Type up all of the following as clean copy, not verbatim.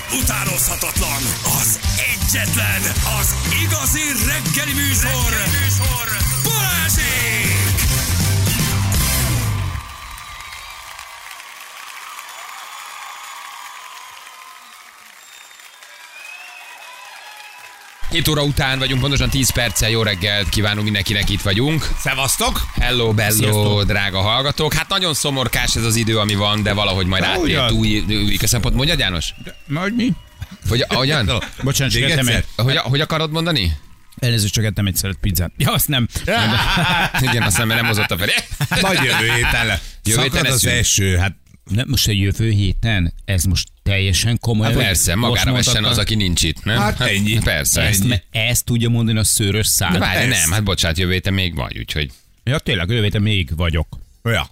utánozhatatlan, az egyetlen, az igazi reggeli műsor, Balázsék! 7 óra után vagyunk, pontosan 10 perccel. Jó reggelt kívánunk mindenkinek, itt vagyunk. Szevasztok! Hello, bello, Sziasztok. drága hallgatók. Hát nagyon szomorkás ez az idő, ami van, de valahogy majd átért új szempont. Mondjad, János? Majd mi? Hogyan? Bocsánat, csak ettem egy... Hogy akarod mondani? Elnézést, csak ettem egy szeret pizzát. Ja, azt nem. Igen, aztán mert nem hozott a felé. Majd jövő héten le. Jövő héten Szakad az eszünk. eső, hát Nem, most a jövő héten, ez most teljesen komoly. Hát persze, magára vessen az, aki nincs itt, nem? Hát ennyi. Persze. Ezt tudja mondani a szőrös szál. De várj, persze. nem, hát bocsánat, jövő héten még vagy, úgyhogy... Ja, tényleg, jövő héten még vagyok. ja.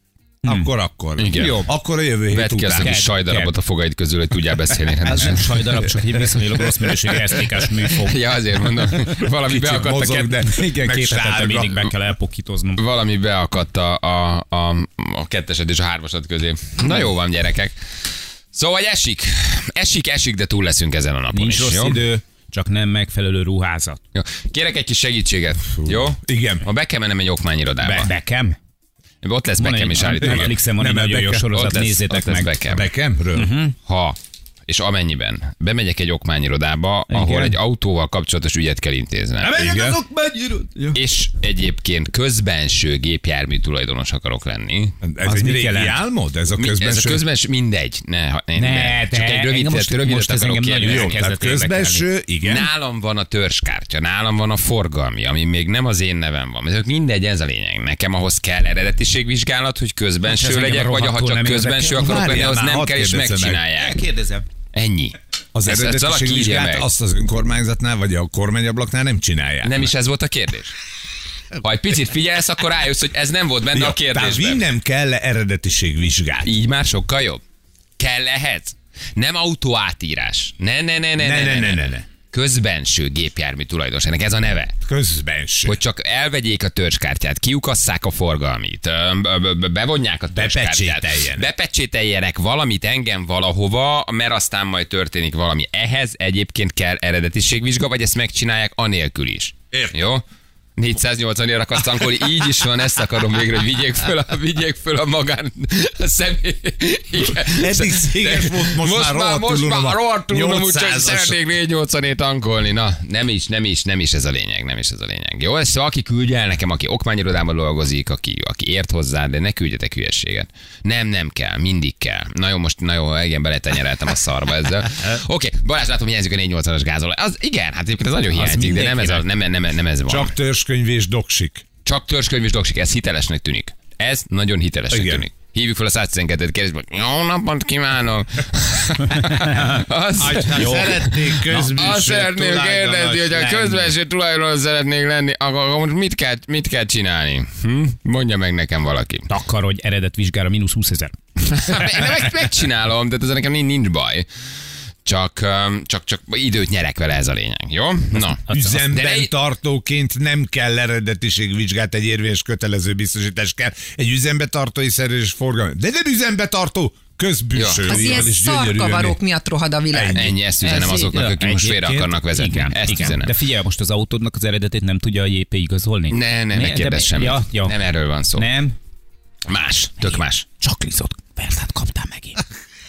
Akkor. Igen. Jó. Akkor a jövő hét Vedd ki azt a után. kis sajdarabot a fogaid közül, hogy tudjál beszélni Ez rendesen. nem sajdarab, csak egy viszonylag rossz minőségű STK-s műfog. Ja, azért mondom, valami Kicsit beakadt a mozog, de Igen, meg 2 hetente sárga. mindig be kell elpokítoznom. valami beakadt a kettesed és a hármasad közé. Na jó van, gyerekek. Szóval esik, de túl leszünk ezen a napon Nincs is, rossz jó? idő, csak nem megfelelő ruházat. Jó. Kérek egy kis segítséget, jó? Igen. Ha be kell mennem egy okmányirodába. Beckham? Ott lesz Van Beckham egy- is állítólag. Netflixen van egy Nem, nagyon jó Beckham. sorozat, Ott lesz nézzétek meg. Beckham. Beckhamről? Ha és amennyiben bemegyek egy okmányirodába, ahol Igen. egy autóval kapcsolatos ügyet kell intéznem. Igen. És egyébként közbenső gépjármű tulajdonos akarok lenni. Ez Az egy mit régi jelent? álmod? Ez a Ez a közbenső? közbenső, mindegy. Ne, Csak egy rövid, most rövidet ez akarok engem nagyon kérni. Jó, elkezdett tehát közbenső, igen. Nálam van a törzskártya, nálam van a forgalmi, ami még nem az én nevem van. Ezek mindegy, ez a lényeg. Nekem ahhoz kell eredetiségvizsgálat, hogy közbenső Hát ez legyek, engem vagy ha rohadtul csak nem közbenső érdekel. akarok lenni, Várjál az már, nem hadd kell, és kérdezzem meg. megcsinálják. Kérdezem. Ennyi. Az Ezt valaki eredetiség írja vizsgát meg. azt az önkormányzatnál, vagy a kormányablaknál nem csinálják. Nem is ez volt a kérdés. Ha egy picit figyelsz, akkor rájössz, hogy ez nem volt benne a Tehát kérdésben. vinnem kell eredetiség vizsgát. Így már sokkal jobb. Kell ehhez? Nem autó átírás. Ne. Közbenső gépjármű tulajdonos. Ennek ez a neve. Közbenső. Hogy csak elvegyék a törzskártyát, kiukasszák a forgalmit, bevonják a törzskártyát, Bepecsételjenek. bepecsételjenek valamit engem valahova, mert aztán majd történik valami. Ehhez egyébként kell eredetiségvizsga, vagy ezt megcsinálják anélkül is. Értem. Jó? 480 ér akarsz tankolni, így is van, ezt akarom végre, hogy vigyék föl a magán a személy. Igen. Eddig széges volt, most már rohadtul unom, úgyhogy 800-as. szeretnék 480-ét tankolni. Na, nem is ez a lényeg, Jó, ezt aki küldje el nekem, aki okmányirodában dolgozik, aki ért hozzá, de ne küldjetek hülyeséget. Nem kell, mindig kell. Na jó, igen, beletenyereltem a szarba ezzel. Oké, Balázs, látom, hiányzik a 480-as gázolaj. Az igen, hát egyébként ez nagyon hiányzik, de nem ez van. Csak törzskönyv és doksik. Csak törzskönyv és doksik, ez hitelesnek tűnik. Ez nagyon hitelesnek Igen. tűnik. Hívjuk fel a 112-et, kérdezzük, hogy jó napot kívánok! Szeretnék Azt szeretném kérdezni, hogy a közbenső tulajdonos szeretnék lenni, akkor most mit kell csinálni? Mondja meg nekem valaki. Takarodj eredetvizsgára -20 000. Én megcsinálom, de ez nekem nincs baj. Csak időt nyerek vele, ez a lényeg, jó? Na. Üzemben tartóként nem kell eredetiség vizsgát, egy érvényes kötelező biztosítás kell. Egy üzembe tartói szerződés forgalmi. De nem üzembe tartó, közbűső. Az ilyen szarkavarók miatt rohad a világ. Ennyi, ezt üzenem azoknak, akik most félre akarnak vezetni. Igen, Ezt igen. üzenem. De figyelj, most az autódnak az eredetét nem tudja a JP igazolni? Ne kérdezz semmit. Ja. Nem erről van szó. Nem? Más, tök más. Csak lizott. Verdát kaptál megint.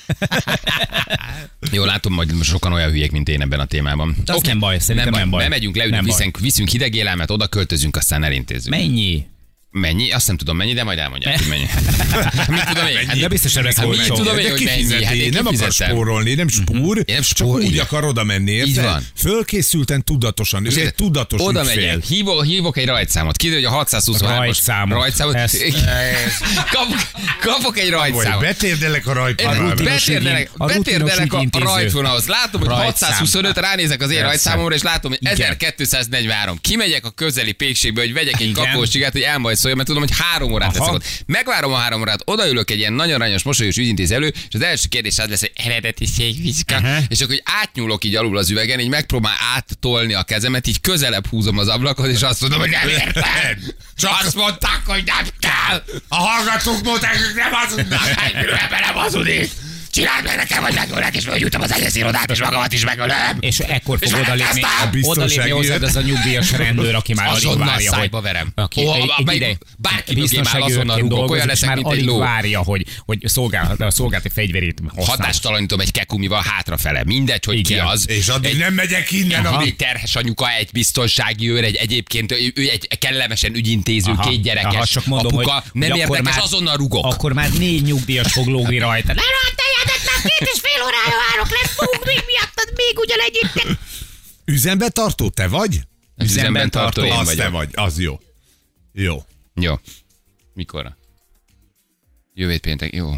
Jó, látom, hogy sokan olyan hülyék, mint én ebben a témában. Az nem baj, szerintem nem baj. Bemegyünk, leülünk, Nem baj. viszünk hideg élelmet, oda költözünk, aztán elintézzük. Mennyi? Mennyi? Azt nem tudom mennyi, de majd elmondják, hogy mennyi. Mit tudom én? Hát de biztos ennek Hát volt mit sok. tudom én, De hogy mennyi? kifizeti, Hát én nem akar kifizettem. spórolni, nem spúr, Én nem csak spórolni. úgy akar oda menni, Így érted? van. Fölkészülten tudatosan, ő egy tudatos Oda ügyfél. megyek, hívok egy rajtszámot. Kiderül, hogy a 623-as Rajtszámot. Ezt- kapok egy Vagy rajtszámot. betérdelek a rajtpalra. Betérdelek a ügyintéző. rajtvonalhoz. Látom, hogy Rajtszám. 625, ránézek az én Persze. rajtszámomra, és látom, hogy Igen. 1243. Kimegyek a közeli pékségbe, hogy vegyek egy Igen. kakaócsigát, hogy elmajszolja, mert tudom, hogy 3 órát Aha. leszek ott. Megvárom a 3 órát, odaülök egy ilyen nagyon aranyos, mosolyos ügyintéző elő, és az első kérdés az lesz, hogy eredetiségvizsga. És akkor hogy átnyúlok így alul az üvegen, így megpróbál áttolni a kezemet, így közelebb húzom az ablakot, és azt mondom, hogy nem érted. Csak azt mondták, hogy nem kell. A hallgatók mondták, hogy nem hazudnak, egyről ebben nem hazudik. csináld meg nekem, vagy megölnek, és fölgyújtom az egész irodát, és magamat is megölöm. És ekkor fog És odalépni hozzád az a nyugdíjas rendőr, aki már alig azonnal várja, szájba verem. Bárki mögé azonnal rúgok, olyan leszek, már mint egy alig ló. várja, hogy szolgálati fegyverét használ. Hatástalanítom egy kekumival hátrafele. Mindegy, hogy ki az. És addig nem megyek innen, Egy terhes anyuka, egy biztonsági őr, egyébként ő egy kellemesen ügyintéző, két gyerekes csak mondom, apuka. hogy Nem akkor érdekes, már- azonnal rugok. Akkor már 4 nyugdíjas fog lógni rajta. Nem rátteljetek, már 2,5 órája várok, nem fogunk még miattad még ugyanegyik. Üzembe tartó te vagy? Üzemben tartó én Az te vagyok. vagy, az jó. Jó. Jó. Mikorra? Jövő péntek, jó.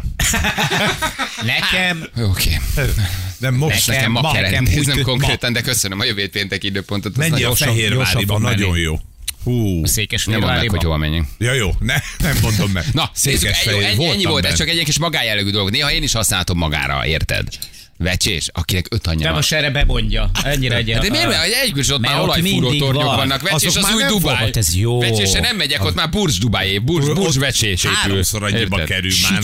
Nekem Jó, oké. De most Nekem ma kell nekem elnéznem úgy- konkrétan, de köszönöm a jövő péntek időpontot. az menj nagyon a sok. Fehérváriba, gyorsabban nagyon menni. jó. Hú. Nem mondd meg, Székesfehérváriba. hogy hova menjünk. Ja jó, nem mondom meg. Na, nézzük, Székesfehérvár, ennyi voltam volt, ez bent. csak egy ilyen kis magájellegű dolog. Néha én is használhatom magára, érted? Vecsés, akinek 5 anyja De van. most erre bemondja. Ennyire egy. De miért? Mert egykor ott Mert már ott olajfúró mindig tornyok van. vannak. Vecsés Azok az már új nem Dubáj. fogod, ez jó. Vecsésre nem megyek, ott már Burj Dubájé. Burj Vecsés épül. 3-szor annyiba Érted? kerül már.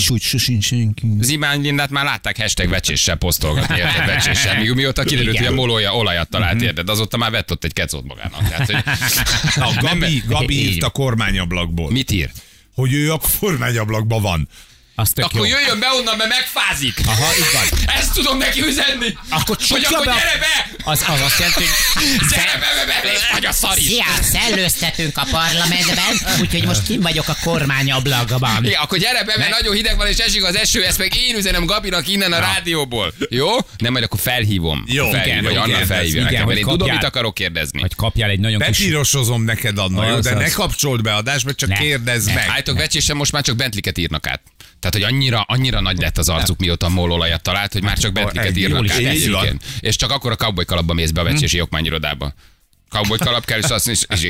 Az Imán Lindát már látták hashtag vecséssel posztolgatni, érted? Vecséssel. Mióta kiderült, hogy a molója olajat talált, érted? Azóta már vett ott egy kecót magának. Tehát, hogy... A Gabi Így. írt a kormányablakból, Mit ír? hogy ő a kormányablakban van. Az tök Akkor jó. jöjjön be onnan, mert megfázik. Aha, így van. Ezt tudom neki üzenni. Akkor hogy csukja akkor be a- gyere be! Az azt jelenti, hogy Gyere be, és vagy a szar is. Szia, szellőztetünk a parlamentben, úgyhogy most kim vagyok a kormányablakban. Igen, akkor gyere be, mert nagyon hideg van, és esik az eső, ezt meg én üzenem Gabinak innen a rádióból. Jó? Nem, majd akkor felhívom. Jó, Felhívom, igen, vagy Anna igen, felhívja igen, nekem, hogy mert én tudom, kapjál. mit akarok kérdezni. hogy kapjál egy nagyon kis... Bepírosozom neked, Anna, jó? De Az. ne kapcsold be adásba, csak Ne. kérdezd meg. Állítok, vecsésen most már csak Bentliket írnak át. Tehát, hogy annyira nagy lett az arcuk, mióta mololajat talált, hogy már csak Bentliket egy írnak jól át. is Ez így van. igen. És csak akkor a cowboy kalapba mész be a vecsési okmányirodába. Cowboy kalap kell, és azt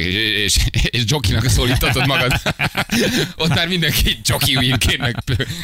és Jokinak szólítatod magad. Ott már mindenki Joki-ként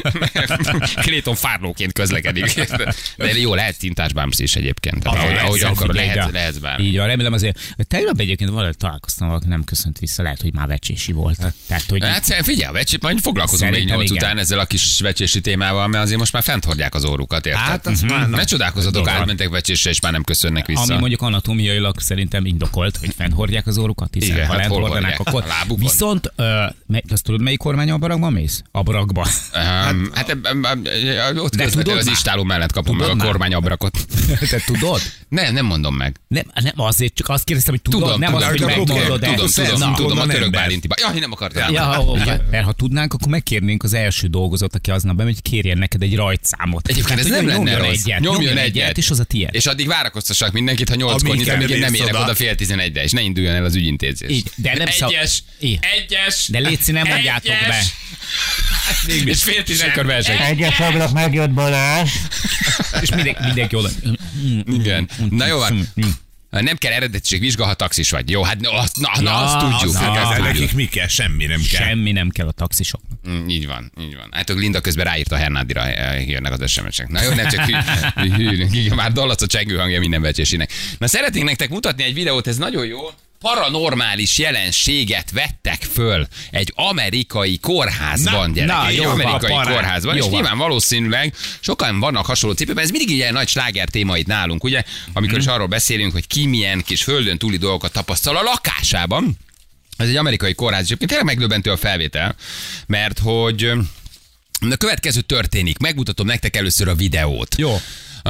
Clayton Farlóként közlekedik. De jó, lehet tintásbámsz is egyébként. Ahogy akarod, lehet bármi. Így van, remélem azért. Tegnap egyébként valahogy találkoztam, valaki nem köszönt vissza, lehet, hogy már vecsési volt. Tehát, hogy Hát figyelj, majd foglalkozunk még Szerintem 8 igen. után ezzel a kis vecsési témával, mert azért most már fent hordják az órukat, érted? Hát, az már Ne csodálkozzatok, átmentek vecsésre, és már nem köszönnek vissza. ami mondjuk anatómiailag szerintem indokolt, hogy fennhordják az órukat, hiszen Igen, ha hát hol lehordanák, hordják? akkor... A lábukon? Viszont, azt tudod, melyik kormányabbarakban mész? Abrakban. Hát ott De közvetlenül tudod az már? istáló mellett kapom meg Tudod a már? kormányabrakot. Te tudod? Nem mondom meg. Nem, azért csak azt kérdeztem, hogy tudod, Tudom, nem tudom, azt, hogy tudom, megmondod el. tudom, a onnan török ember. Bálintiba. Ja, én nem akartam. Ja, mert ha tudnánk, akkor megkérnénk az első dolgozót, aki aznap bemegy, hogy kérjen neked egy rajtszámot. Egyébként ez Tehát, nem hogy lenne nyomjon rossz. egyet, Nyomjon egyet. és az a tiéd. És addig várakoztassak mindenkit, ha 8-kor Amíg nyit, amíg én nem elmész érek oda. oda fél 11-re, és ne induljon el az ügyintézés. Így, de nem szab- Egyes, Így. egyes, De létszi, nem mondjátok egyes. be. És fél 11-kor verseny. Egyes ablak megjött Balázs. És mindenki oda. Igen. Na jó van. Nem kell eredetiség vizsga, ha taxis vagy. Jó, hát azt tudjuk. De nekik mi kell? Semmi nem kell. Semmi nem kell a taxisoknak. Így van. Hát Linda közben ráírt a Hernádira, jönnek az SMS-ek. Na jó, nem csak hű, már dallac a csengő hangja minden becsésinek. Na szeretnénk nektek mutatni egy videót, ez nagyon jó. Paranormális jelenséget vettek föl egy amerikai kórházban, gyerekek. Egy jó van, amerikai parán. kórházban. Jó És van. nyilván valószínűleg sokan vannak hasonló cipőben. Ez mindig ilyen nagy sláger téma itt nálunk, ugye? Amikor is arról beszélünk, hogy ki milyen kis földön túli dolgokat tapasztal a lakásában. Ez egy amerikai kórház, és egyébként tényleg megdöbbentő a felvétel, mert hogy a következő történik. Megmutatom nektek először a videót. Jó.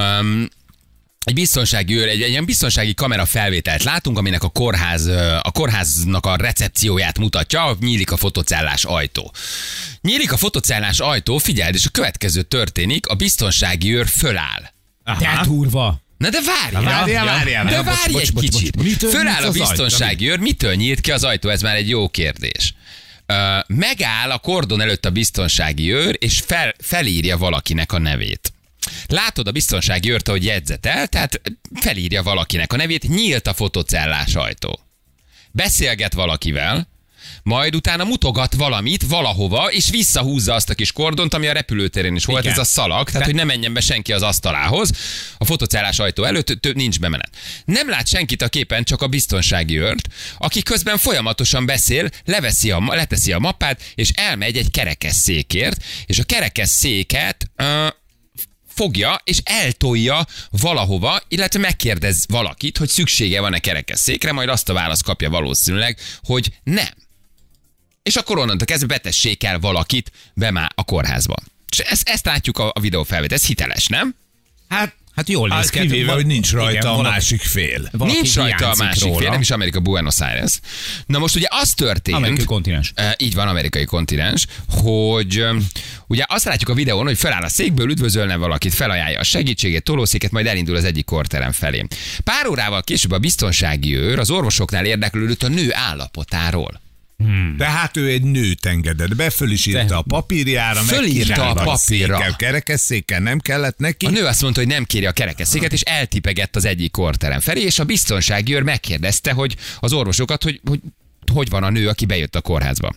Egy biztonsági őr, egy ilyen biztonsági kamera felvételt látunk, aminek a kórháznak a recepcióját mutatja, nyílik a fotocellás ajtó. Nyílik a fotocellás ajtó, figyeld, és a következő történik, a biztonsági őr föláll. De durva. Na de várjál! De várj egy kicsit. Mitől Föláll nyílt a az biztonsági őr, mitől nyílt ki az ajtó? Ez már egy jó kérdés. Megáll a kordon előtt a biztonsági őr, és felírja valakinek a nevét. Látod a biztonsági őrt, ahogy jegyzetel, tehát felírja valakinek a nevét, nyílt a fotocellás ajtó. Beszélget valakivel, majd utána mutogat valamit valahova, és visszahúzza azt a kis kordont, ami a repülőterén is volt, Igen. ez a szalag, tehát hogy ne menjen be senki az asztalához. A fotocellás ajtó előtt nincs bemenet. Nem lát senkit a képen, csak a biztonsági őrt, aki közben folyamatosan beszél, leteszi a mappát, és elmegy egy kerekesszékért, és a kerekesszéket fogja és eltolja valahova, illetve megkérdez valakit, hogy szüksége van-e kerekesszékre, majd azt a választ kapja valószínűleg, hogy nem. És akkor onnantól kezdve betessék el valakit be a kórházba. És ezt látjuk a videófelvétel, ez hiteles, nem? Hát jól néz ki. Kivéve, hogy nincs rajta a másik fél. Nincs rajta a másik róla. fél, nem is Amerika, Buenos Aires. Na most ugye az történt... Amerikai kontinens. Így van, amerikai kontinens, hogy ugye azt látjuk a videón, hogy feláll a székből, üdvözölne valakit, felajánlja a segítségét, tolószéket, majd elindul az egyik korterem felé. Pár órával később a biztonsági őr az orvosoknál érdeklődött a nő állapotáról. Tehát ő egy nőt engedett be, föl is írta a papírjára, Fölírta a papírra. Kerekesszékkel nem kellett neki. A nő azt mondta, hogy nem kéri a kerekesszéket, és eltipegett az egyik korterem felé, és a biztonsági őr megkérdezte, hogy az orvosokat, hogy van a nő, aki bejött a kórházba.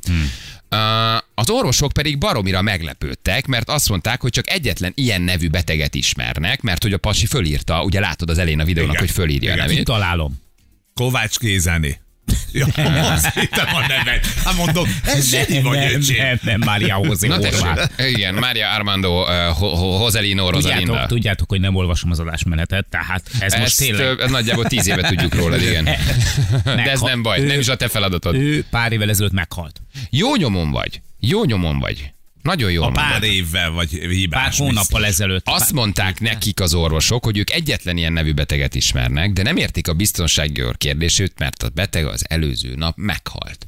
Az orvosok pedig baromira meglepődtek, mert azt mondták, hogy csak egyetlen ilyen nevű beteget ismernek, mert hogy a pasi fölírta, ugye látod az elején a videónak, Igen. hogy fölírja a nevét. Kitalálom. Kovács Gézáné. Ja, azt hittem a nevet. Hát mondom, ez zseni vagy, öcsém. Nem, Mária José Na Horváth. tessék, igen, Mária Armando Joselino Rosalinda. Tudjátok, hogy nem olvasom az adásmenetet, tehát ez most tényleg... Nagyjából 10 éve tudjuk rólad, igen. De ez nem baj, nem is a te feladatod. Ő pár évvel ezelőtt meghalt. Jó nyomon vagy. Nagyon jól A mondod. pár évvel vagy hibás. Pár hónappal ezelőtt. Azt mondták nekik az orvosok, hogy ők egyetlen ilyen nevű beteget ismernek, de nem értik a biztonsági őr kérdését, mert a beteg az előző nap meghalt.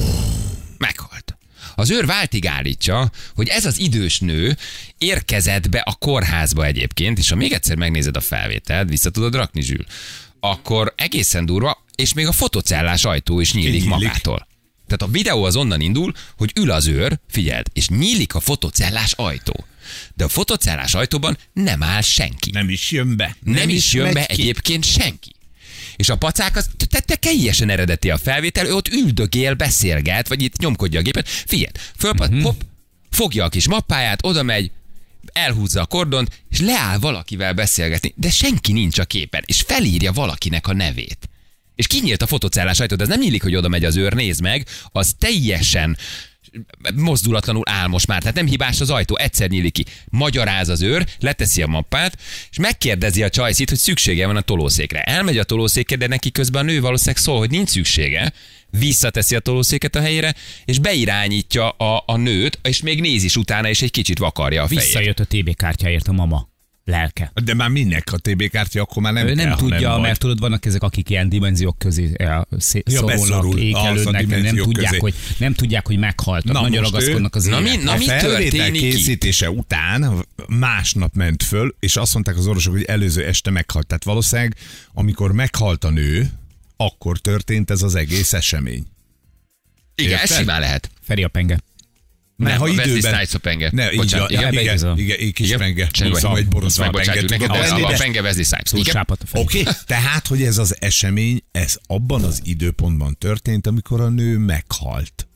Meghalt. Az őr váltig állítja, hogy ez az idős nő érkezett be a kórházba egyébként, és ha még egyszer megnézed a felvételt, vissza tudod rakni, Zsül, akkor egészen durva, és még a fotocellás ajtó is nyílik magától. Tehát a videó az onnan indul, hogy ül az őr, figyeld, és nyílik a fotocellás ajtó. De a fotocellás ajtóban nem áll senki. Nem is jön be. Nem is jön be megy ki. egyébként senki. És a pacák, az teljesen eredeti a felvétel, ő ott üldögél, beszélget, vagy itt nyomkodja a gépet. Figyeld, hopp, fogja a kis mappáját, oda megy, elhúzza a kordont, és leáll valakivel beszélgetni, de senki nincs a képen, és felírja valakinek a nevét. És kinyílt a fotocellás ajtót, ez nem nyílik, hogy oda megy az őr, nézd meg, az teljesen mozdulatlanul áll most már, tehát nem hibás az ajtó, egyszer nyílik ki. Magyaráz az őr, leteszi a mappát, és megkérdezi a csajszit, hogy szüksége van a tolószékre. Elmegy a tolószékre, de neki közben a nő valószínűleg szól, hogy nincs szüksége, visszateszi a tolószéket a helyére, és beirányítja a nőt, és még néz is utána, és egy kicsit vakarja a fejét. Visszajött a TB kártyáért a mama. Lelke. De már minek a TB kártya, akkor már nem Ő kell, nem ha tudja, nem mert tudod, vannak ezek, akik ilyen dimenziók közé szorulnak, beszorul. ékelődnek, nem dimenziók tudják, közé. nem tudják, hogy meghaltak, Na nagyon most ragaszkodnak az Na élethez. mi a felvétel történik itt? készítése után másnap ment föl, és azt mondták az orvosok, hogy előző este meghalt. Tehát valószínűleg, amikor meghalt a nő, akkor történt ez az egész esemény. Igen, ez Érted? simán lehet. Feri a penge. Mert ha Wesley időben... Snipes a penge. Ne, így Bocsánat, van, igen. igen, kis penge. Semmi baj. Szóval egy boroszlán penge. Megbocsájtjuk neked, tudod de lenni, a de- penge Wesley Snipes. Túl Igen. sápat a fején. Oké, tehát, hogy ez az esemény, ez abban az időpontban történt, amikor a nő meghalt.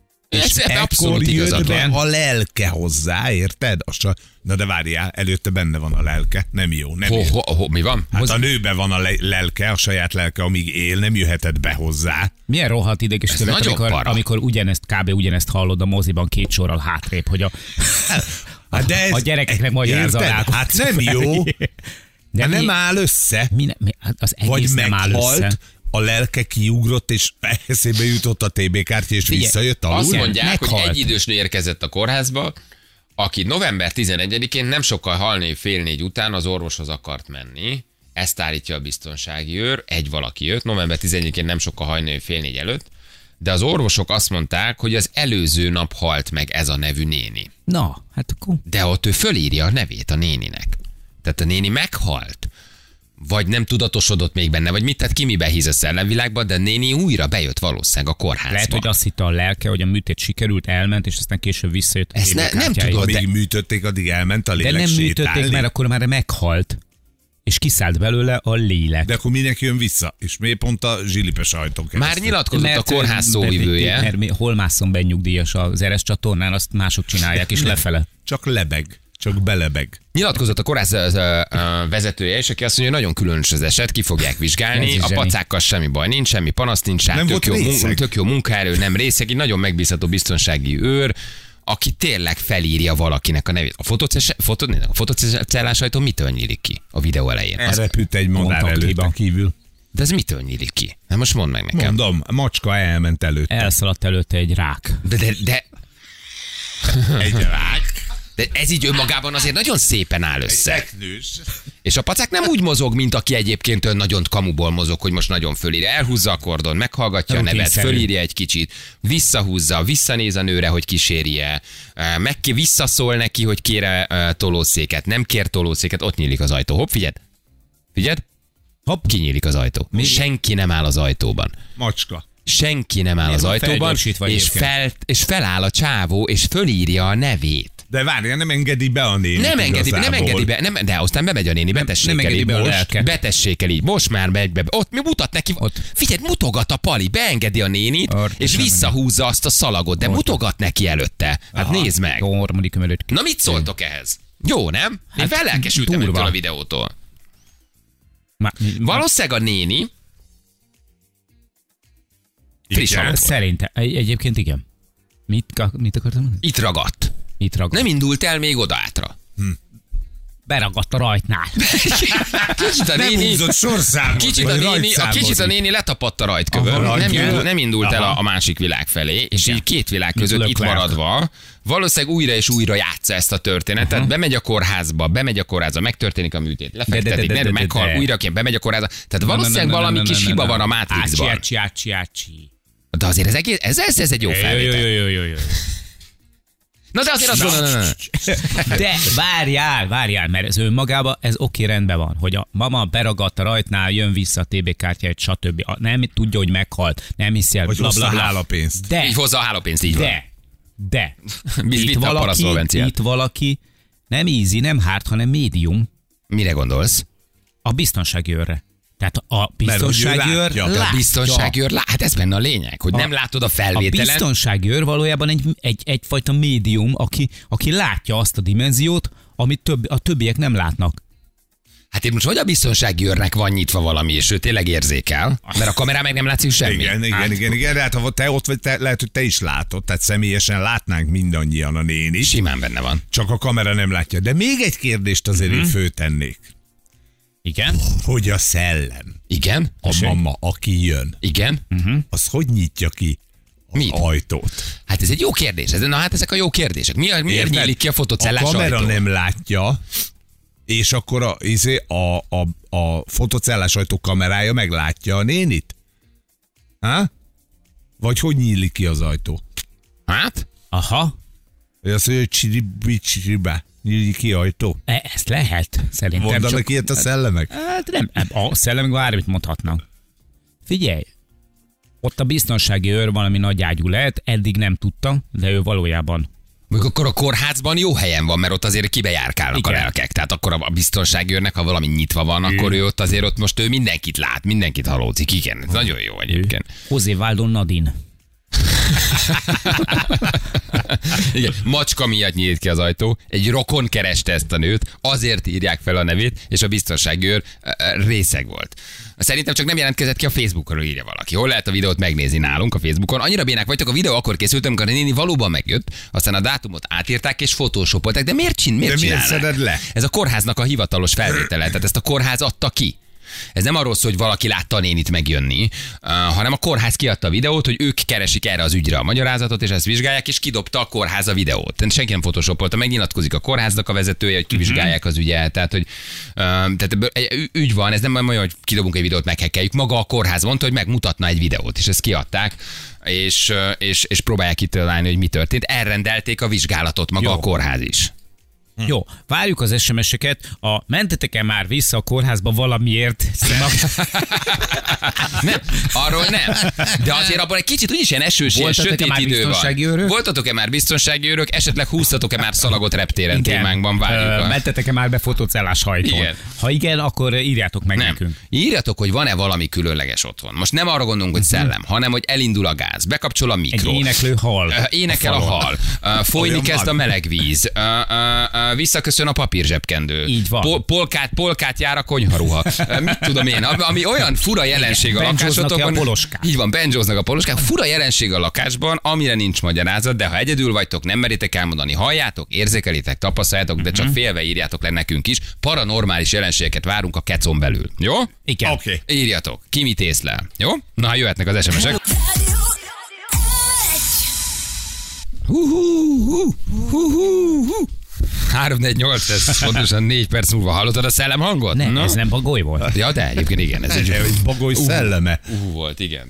Ez ekkor abszolút igazad jött be van. a lelke hozzá, érted? Na de várjál, előtte benne van a lelke. Nem jó, nem jó. Mi van? Hát a nőben van a lelke, a saját lelke, amíg él, nem jöhetett be hozzá. Milyen rohadt ideges tőled, nagyon para. amikor kb. Ugyanezt hallod a moziban 2 sorral hátrébb, hogy Hát de ez, a gyerekeknek magyarázza érted? rá. Hát nem jó, de nem mi- áll össze. hát az Vagy egész nem áll össze. meghalt, a lelke kiugrott, és eszébe jutott a TB kártya, és Figyelj, visszajött alul. Azt mondják, hogy meghalt. egy idős nő érkezett a kórházba, aki november 11-én nem sokkal halni 3:30 után az orvoshoz akart menni. Ezt állítja a biztonsági őr, egy valaki jött, november 11-én nem sokkal hajnali 3:30 előtt, de az orvosok azt mondták, hogy az előző nap halt meg ez a nevű néni. Na, hát akkor... De ott ő fölírja a nevét a néninek. Tehát a néni meghalt. Vagy nem tudatosodott még benne, vagy mit, tehát ki miben hisz a szellemvilágba, de a néni újra bejött valószínűleg a kórházba. Lehet, hogy azt hitte a lelke, hogy a műtét sikerült, elment, és aztán később visszajött. a Ezt nem TB-kártyáig. tudod, Addig műtötték, addig elment a De lélek nem műtötték, sétálni. mert akkor már meghalt, és kiszállt belőle a lélek. De akkor minek jön vissza? És miért pont a zsilipes ajtón keresztül? Már nyilatkozott a kórház szóvivője. Mert hol másszon be nyugdíjas az Eres csatornán, azt mások csinálják, és lefele. Csak lebeg. Csak belebeg. Nyilatkozott a kórház vezetője, és aki azt mondja, hogy nagyon különös az eset, ki fogják Ez vizsgálni, is a zseni. pacákkal semmi baj nincs, semmi panasz nincs, Nem tök volt jó, részeg. tök jó munkaerő, nem részeg, egy nagyon megbízható biztonsági őr, aki tényleg felírja valakinek a nevét. A fotocellás ajtó mitől nyílik ki a videó elején? Elrepült egy madár előtt kívül. De ez mitől nyílik ki? Na most mondd meg nekem. Mondom, a macska elment előtte. Elszaladt előtte egy rák. De Egy rák. De ez így önmagában azért nagyon szépen áll össze. Teknős. És a pacák nem úgy mozog, mint aki egyébként olyan nagyon kamuból mozog, hogy most nagyon fölírja. Elhúzza a kordon, meghallgatja a nevet, Rutinszerű. fölírja egy kicsit, visszahúzza, visszanéz a nőre, hogy kísérje, visszaszól neki, hogy kére tolószéket, nem kér tolószéket, ott nyílik az ajtó. Hopp, figyeld, hopp, kinyílik az ajtó. Senki nem áll az ajtóban. Macska. Senki nem áll az ajtóban, felgyorsítva és feláll a csávó, és fölírja a nevét. De várja, nem engedi be a nénit. Nem engedi be, de aztán bemegy a néni, betessék nem el engedi így be a most. lelket. Betessék el így, most már megy be. Ott mi mutat neki, figyelj, mutogat a pali, beengedi a nénit, és visszahúzza azt a szalagot, de mutogat neki előtte. Hát nézd meg. Jó, harmadik előtt. Na mit szóltok ehhez? Jó, nem? Én fellelkesültem durva. ettől a videótól. Valószínűleg a néni friss Igen. alapon. Szerintem. Egyébként igen. Mit akartam mondani? Itt ragadt. Itt ragadt. Nem indult el még oda átra. Beragadt a rajtnál. Kicsit a Nem néni, húzott sorszámot. kicsit a néni letapadt a rajtkövön, Aha, nem indult el a másik világ felé, és így két világ között itt maradva, valószínűleg újra és újra játsza ezt a történetet, bemegy a kórházba, megtörténik a műtét, lefektetik, meghal, újra bemegy a kórházba, tehát valószínűleg valami kis hiba van a Matrixban. Ácsi. De azért ez egy jó felvétel. Jó. Na de azért azt mondom, De várjál, mert ez önmagában, ez oké, rendben van, hogy a mama beragadt a rajtnál, jön vissza a TB kártyáját, stb. Nem tudja, hogy meghalt, nem hiszi el, Hogy hozza a blablabla. hálapénzt. De, így hozza a hálópénzt, így van. de. Vitte a paraszolvenciát. Itt valaki nem easy, nem hard, hanem médium Mire gondolsz? a biztonsági őrre. Tehát a biztonsági őr látja. De a biztonsági őr, hát ez benne a lényeg, hogy nem látod a A felvételen. biztonsági őr valójában egyfajta médium, aki látja azt a dimenziót, amit a többiek nem látnak. Hát itt most vagy a biztonsági őrnek van nyitva valami, és ő tényleg érzékel, mert a kamerán meg nem látszik semmi. Igen. Hát ha te ott vagy, lehet, hogy te is látod, tehát személyesen látnánk mindannyian a nénit. Simán benne van. Csak a kamera nem látja. De még egy kérdést azért én föltennék. Igen? Hogy a szellem, Igen? a mama, aki jön, Igen? az hogy nyitja ki az Mit? ajtót? Hát ez egy jó kérdés. Hát ezek a jó kérdések. Miért Érted? nyílik ki a fotocellás A kamera ajtó? nem látja, és akkor a fotocellás ajtó kamerája meglátja a nénit? Ha? Vagy hogy nyílik ki az ajtó? Hát? Aha. Vagy azt mondja, hogy csiribe nyílik ki ajtó? Ezt lehet, szerintem. Mondanak ilyet a szellemek? Hát nem, a szellemek bármit mondhatnak. Figyelj, ott a biztonsági őr valami nagy ágyú lehet, eddig nem tudta, de ő valójában. Mondjuk akkor a kórházban jó helyen van, mert ott azért kibejárkálnak a Igen. lelkek. Tehát akkor a biztonsági őrnek, ha valami nyitva van, akkor ő ott azért most ő mindenkit lát, mindenkit hallózik. Igen, ez nagyon jó egyébként. José Waldo Nadine. Igen, macska miatt nyílt ki az ajtó, egy rokon kereste ezt a nőt, azért írják fel a nevét, és a biztonsági őr részeg volt. Szerintem csak nem jelentkezett ki a Facebookon, írja valaki. Hol lehet a videót megnézni nálunk a Facebookon? Annyira bénák vagytok, a videó akkor készült, amikor a néni valóban megjött, aztán a dátumot átírták és fotósopolták. De miért csinálnak? szeded le? Ez a kórháznak a hivatalos felvétele, tehát ezt a kórház adta ki. Ez nem arról szól, hogy valaki látta a nénit megjönni, hanem a kórház kiadta a videót, hogy ők keresik erre az ügyre a magyarázatot, és ezt vizsgálják, és kidobta a kórház a videót. Tehát senki nem photoshopolta, megnyilatkozik a kórháznak a vezetője, hogy kivizsgálják az ügyet. Tehát, hogy ügy van, ez nem olyan, hogy kidobunk egy videót, meghekkeljük. Maga a kórház mondta, hogy megmutatna egy videót, és ezt kiadták, és próbálják kitalálni, hogy mi történt. Elrendelték a vizsgálatot maga a kórház is. Jó, várjuk az SMS-eket. Mentetek-e már vissza a kórházba valamiért? Nem, arról nem. De azért abban egy kicsit úgyis ilyen esős, ilyen Voltatok-e sötét már idő biztonsági van. őrök? Voltatok-e már biztonsági őrök? Esetleg húztatok-e már szalagot reptéren témánkban? Várjuk. Mentetek-e már be fotocellás hajtón? Igen. Ha igen, akkor írjátok meg Nem. nekünk. Írjatok, hogy van-e valami különleges otthon. Most nem arra gondolunk, hogy szellem, hanem hogy elindul a gáz, bekapcsol a Egy mikro. éneklő hal. Énekel a hal, folyni Olyan kezd a van. meleg víz, Visszaköszön a papírzsebkendő. Így van. Polkát jár a konyharuha. Mit tudom én, ami olyan fura jelenség a lakásotokban. A poloskák. Így van, benjóznak a poloskák. Fura jelenség a lakásban, amire nincs magyarázat, de ha egyedül vagytok, nem meritek elmondani, halljátok, érzékelitek, tapasztaljátok, de csak félve írjátok le nekünk is. Paranormális jelenségeket várunk a kecon belül. Jó? Igen. Oké. Írjatok, ki mit észlel. Jó? Na, jöhetnek az SMS-ek. 3-4-8, ez pontosan 4 perc múlva. Hallottad a szellem hangot? Nem, ez nem bagoly volt. Ja, de egyébként igen. Ez egy bagoly szelleme. volt, igen.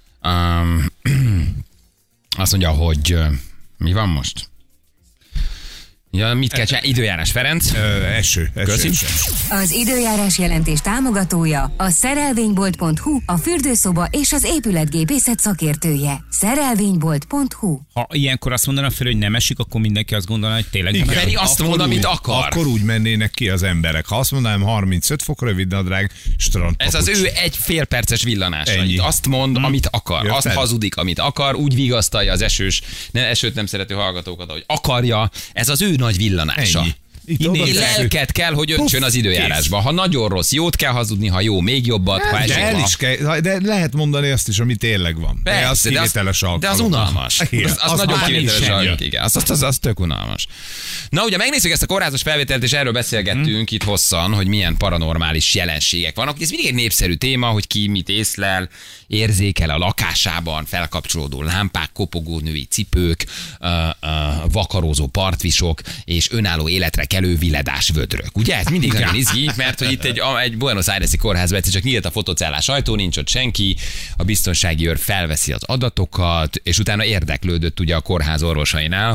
Azt mondja, hogy mi van most? Ja, mit kell csinálni? Időjárás, Ferenc. Eső. Köszi. Az időjárás jelentés támogatója a szerelvénybolt.hu, a fürdőszoba és az épületgépészet szakértője. Szerelvénybolt.hu. Ha ilyenkor azt mondanak fel, hogy nem esik, akkor mindenki azt gondolná, hogy tényleg nem Feri esik. azt mond, amit akar. Akkor úgy mennének ki az emberek. Ha azt mondanám 35 fok rövidnadrág, strandpapucs. Ez az ő egy fél perces villanása. Ennyi. Itt azt mond, amit akar. Érted? Azt hazudik, amit akar. Úgy vigasztalja az esőt nem szerető hallgatókat, ahogy akarja. Ez az ő nagy villanása. Ennyi. Itt oda Lelket kell, hogy öntsön az időjárásba. Ha nagyon rossz, jót kell hazudni, ha jó, még jobbat. Ha esik, De el is kell, de lehet mondani azt is, ami tényleg van. Persze, de az kivételes alkalom. de az unalmas. Igen, Az nagyon már kivételes nincs alkalom. Igen, az tök unalmas. Na ugye megnézzük ezt a kórházas felvételt, és erről beszélgettünk itt hosszan, hogy milyen paranormális jelenségek vannak. Ez mindig egy népszerű téma, hogy ki mit észlel, érzékel a lakásában, felkapcsolódó lámpák, kopogó női cipők, vakarózó partvisok és önálló életre kelő viledás vödrök. Ugye? Ez mindig nagyon izgi, mert hogy itt egy Buenos Aires-i kórházban egyszer csak nyílt a fotocellás ajtó, nincs ott senki, a biztonsági őr felveszi az adatokat, és utána érdeklődött ugye a kórház orvosainál,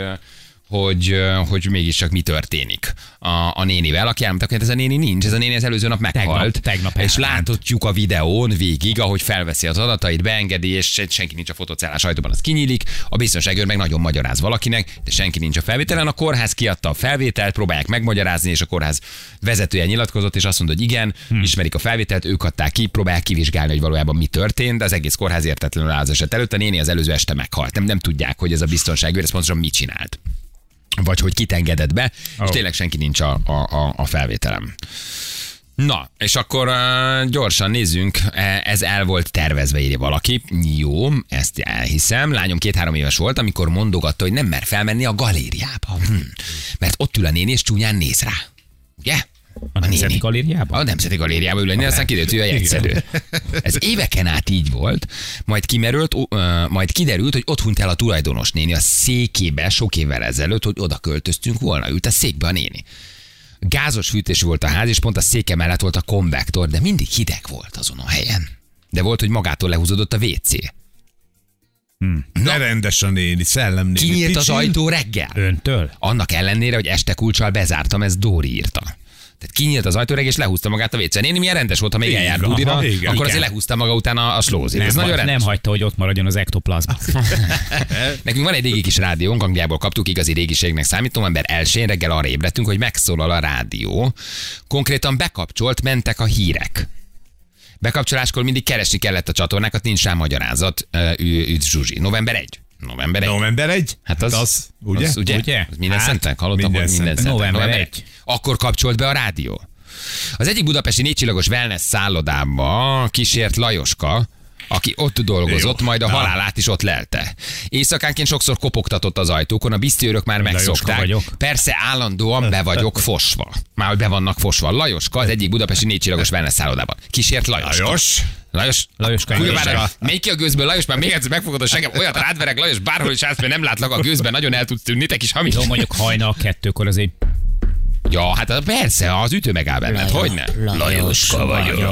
hogy mégiscsak mi történik a nénivel, aki elmondta, hogy ez a néni nincs, ez a néni az előző nap meghalt. Tegnap és elment. láthatjuk a videón végig, ahogy felveszi az adatait, beengedi, és senki nincs a fotocellás ajtóban, az kinyílik, a biztonságőr meg nagyon magyaráz valakinek, de senki nincs a felvételen, a kórház kiadta a felvételt, próbálják megmagyarázni, és a kórház vezetője nyilatkozott, és azt mondta, hogy igen, ismerik a felvételt, ők adták ki, próbálják kivizsgálni, hogy valójában mi történt, de az egész kórház értetlenül áll az eset előtt, a néni az előző este meghalt. Nem tudják, hogy ez a biztonságőr, ez pontosan mit csinált. Vagy hogy kit engedett be, és tényleg senki nincs a felvételem. Na, és akkor gyorsan nézzünk, ez el volt tervezve, írja valaki. Jó, ezt elhiszem. Lányom 2-3 éves volt, amikor mondogatta, hogy nem mer felmenni a galériába. Mert ott ül a néni, és csúnyán néz rá. Ugye? A Nemzeti Galériában? A Nemzeti Galériában ülni, aztán kiderült, hogy a jegyszedő. Ez éveken át így volt, majd kiderült, hogy ott hunyt el a tulajdonos néni a székébe sok évvel ezelőtt, hogy oda költöztünk volna, ült a székbe a néni. Gázos fűtés volt a ház, és pont a széke mellett volt a konvektor, de mindig hideg volt azon a helyen. De volt, hogy magától lehúzódott a WC. De rendes a néni, szellem néni. Kinyílt az ajtó reggel. Öntől? Annak ellenére, hogy este kulccsal bezártam, ez Dóri írta. Tehát kinyílt az ajtó és lehúzta magát a WC-n. Néni milyen rendes volt, ha még Így eljárt van, budira, igen. akkor azért Igen. lehúzta maga utána a slózit. Ez nagyon rendes. Nem hagyta, hogy ott maradjon az ektoplazma. Nekünk van egy régi kis rádiónk, Angliából kaptuk, igazi régiségnek számít. November 1-én reggel arra ébredtünk, hogy megszólal a rádió. Konkrétan bekapcsolt, mentek a hírek. Bekapcsoláskor mindig keresni kellett a csatornákat, nincs rá magyarázat. Üdv Zsuzsi. November 1. November 1? Hát az ugye? Az, ugye? Ugye? Az minden Hát, szentek, hallottam, minden hogy minden szentek. szentek. November 1. Akkor kapcsolt be a rádió. Az egyik budapesti 4 csillagos wellness szállodába kísért Lajoska, aki ott dolgozott, Jó. majd a Na. halálát is ott lelte. Éjszakánként sokszor kopogtatott az ajtókon, a bisztiőrök már megszokták. vagyok. Persze állandóan be vagyok fosva. Már hogy be vannak fosva. Lajoska az egyik budapesti 4 csillagos wellness szállodában. Kísért Lajoska. Lajoska. Menj ki a gőzből, Lajos, már még egyszer megfogod a segem, olyat rádverek, Lajos, bárhol is állsz, mert nem látlak a gőzben, nagyon el tudsz tűnni, te kis hamis. Jó, mondjuk hajnal 2-kor azért. Ja, hát persze, az ütő megáll benned, hogyne? Lajoska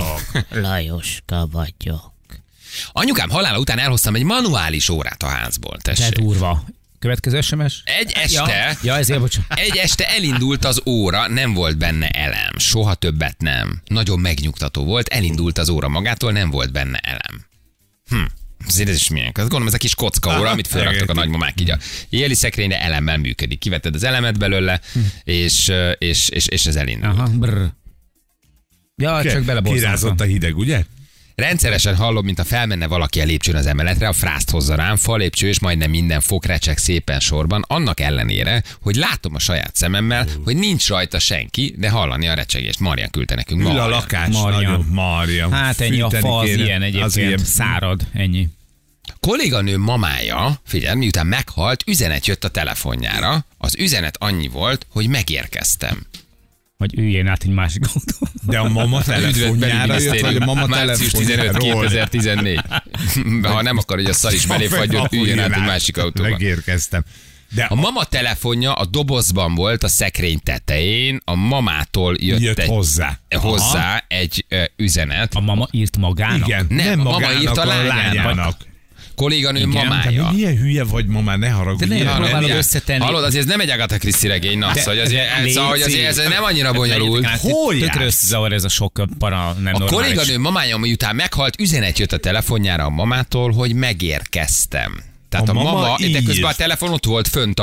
vagyok. Anyukám halála után elhoztam egy manuális órát a házból, De tessék. durva. Következő SMS? Egy este, Ja, ezért bocsánat. egy este elindult az óra, nem volt benne elem, soha többet nem. Nagyon megnyugtató volt, elindult az óra magától, nem volt benne elem. Azért ez is milyen. Azt gondolom, ez a kis kocka óra, amit felraktak a nagymamák így a éjjeli szekrényre, elemmel működik. Kivetted az elemet belőle, és ez elindult. Aha, brr. Ja, csak Kirázott beleborzoltam. a hideg, ugye? Rendszeresen hallom, mint a felmenne valaki a lépcsőn az emeletre, a frászt hozza rám, falépcső és majdnem minden fok recseg szépen sorban, annak ellenére, hogy látom a saját szememmel, hogy nincs rajta senki, de hallani a recsegést. Marian küldte nekünk. Ül a Marian. lakás, Marian. nagyon Marian. Hát ennyi a Fűteni fa, az kéne. ilyen egyébként. Szárad, ennyi. Kolléganő mamája, figyelj, miután meghalt, üzenet jött a telefonjára. Az üzenet annyi volt, hogy megérkeztem. Hogy üljén át egy másik autó. De a mama telefonjára jött, vagy a mama Március 15, telefonjáról? 2014. Ha nem akar, hogy a szar is belé fagyjon, üljön át egy másik autóba. Megérkeztem. De A mama telefonja a dobozban volt a szekrény tetején, a mamától jött egy, hozzá egy üzenet. A mama írt magának? igen, Nem, a mama magának, írt a lányának. Kolléganő Igen, De mamája. milyen hülye vagy ma már, ne haragudj. De nem, Milyen- próbálod milyen- összetenni. Hallod, azért ez nem egy Agatha Christie regény, nasz, hogy azért ez nem annyira bonyolult. Hol Tökre jársz? összezavar ez a sok para, nem A normális. kolléganő mamája, miután meghalt, üzenet jött a telefonjára a mamától, hogy megérkeztem. Tehát a mama de írt. közben a telefon ott volt fönt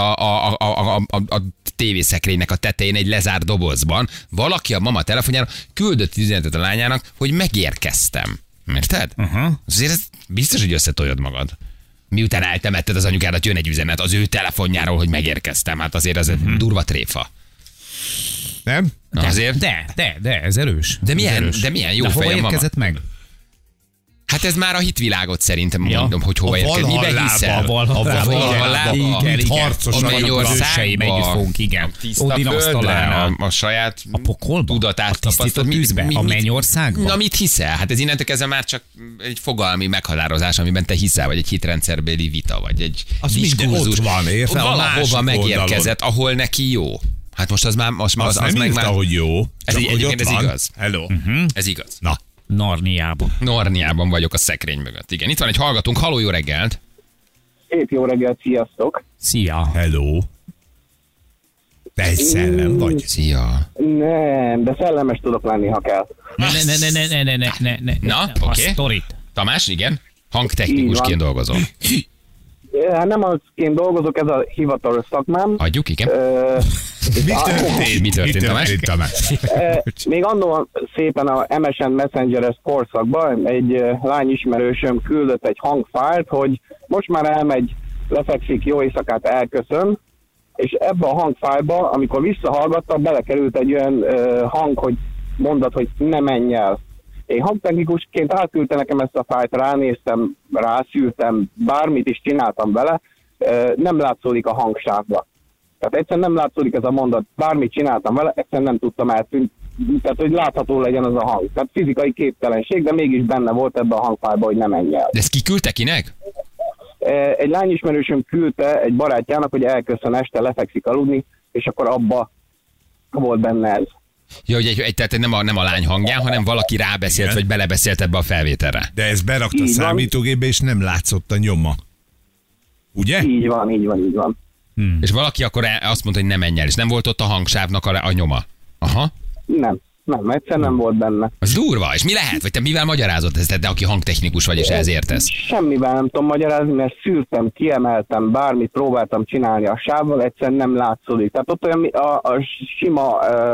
a tévészekrénynek a tetején egy lezárt dobozban. Valaki a mama telefonjára küldött üzenetet a lányának, hogy megérkeztem. Érted? Azért ez biztos, hogy összetoljad magad. Miután eltemetted az anyukádat, jön egy üzenet az ő telefonjáról, hogy megérkeztem. Hát azért ez egy durva tréfa. Nem? Na, azért? De, ez erős. De Ez milyen- erős. de milyen jó de hova fej a mama. érkezett meg? Hát ez már a hitvilágot szerintem mondom, hogy hova A érkezik. Miben Valhallába. hiszel? A Valhallába. Valhallába. Igen, igen. harcosak Ott vannak az harcosak. őseim, együtt fogunk, igen. A tiszta Odin földre, asztalánál. a saját A pokolba? tudatát A tisztított tapasztalt. tűzbe? A mennyországba? Na mit hiszel? Hát ez innentől kezdve már csak egy fogalmi meghatározás, amiben te hiszel, vagy egy hitrendszerbeli vita, vagy egy Az minden diskurzus. ott van, érted? A Valahova másik megérkezett, ahol neki jó. Hát most az már... Az nem meg írta, már... hogy jó. Ez csak így- hogy egyébként ott ez van. igaz. Hello. Ez igaz. Na, Narniában. Norniában vagyok a szekrény mögött. Igen, itt van egy hallgatónk. Halló, jó reggelt! Szép jó reggelt, sziasztok! Szia. hello. Te egy szellem vagy. Szia! Nem, de szellemes tudok lenni, ha kell. Ne. Na, A oké. sztorit. Tamás, igen? Hangtechnikusként Így dolgozom. Hát nem azként dolgozok, ez a hivatalos szakmám. Adjuk, igen? Mi történt? Mi történt, Tamás? Még annól szépen a MSN Messenger-es korszakban egy lány ismerősöm küldött egy hangfájlt, hogy most már elmegy, lefekszik, jó éjszakát, elköszön, és ebbe a hangfájlba, amikor visszahallgatta, belekerült egy olyan hang, hogy mondat, hogy ne menj el. Én hangtechnikusként átküldte nekem ezt a fájlt, ránéztem, rászűrtem, bármit is csináltam vele, nem látszódik a hangsávba. Tehát egyszerűen nem látszódik ez a mondat, bármit csináltam vele, egyszerűen nem tudtam eltűnni, tehát hogy látható legyen az a hang. Tehát fizikai képtelenség, de mégis benne volt ebben a hangfájlban, hogy nem menj el. De ezt ki küldte kinek? Egy lányismerősöm küldte egy barátjának, hogy elköszön este, lefekszik aludni, és akkor abba volt benne ez. Ja, hogy tehát nem a lány hangján, hanem valaki rábeszélt, Igen. vagy belebeszélt ebbe a felvételre. De ez berakta a Így van. számítógépbe, és nem látszott a nyoma. Ugye? Így van, így van, így van. És valaki akkor azt mondta, hogy ne menj el, és nem volt ott a hangsávnak a nyoma. Aha. Nem, egyszerűen nem volt benne. Az durva. És mi lehet? Vagy te mivel magyarázod ezt, de aki hangtechnikus vagy, és ehhez értesz? Semmivel nem tudom magyarázni, mert szűrtem, kiemeltem, bármit próbáltam csinálni a sávval, egyszerűen nem látszódik. Tehát ott olyan a sima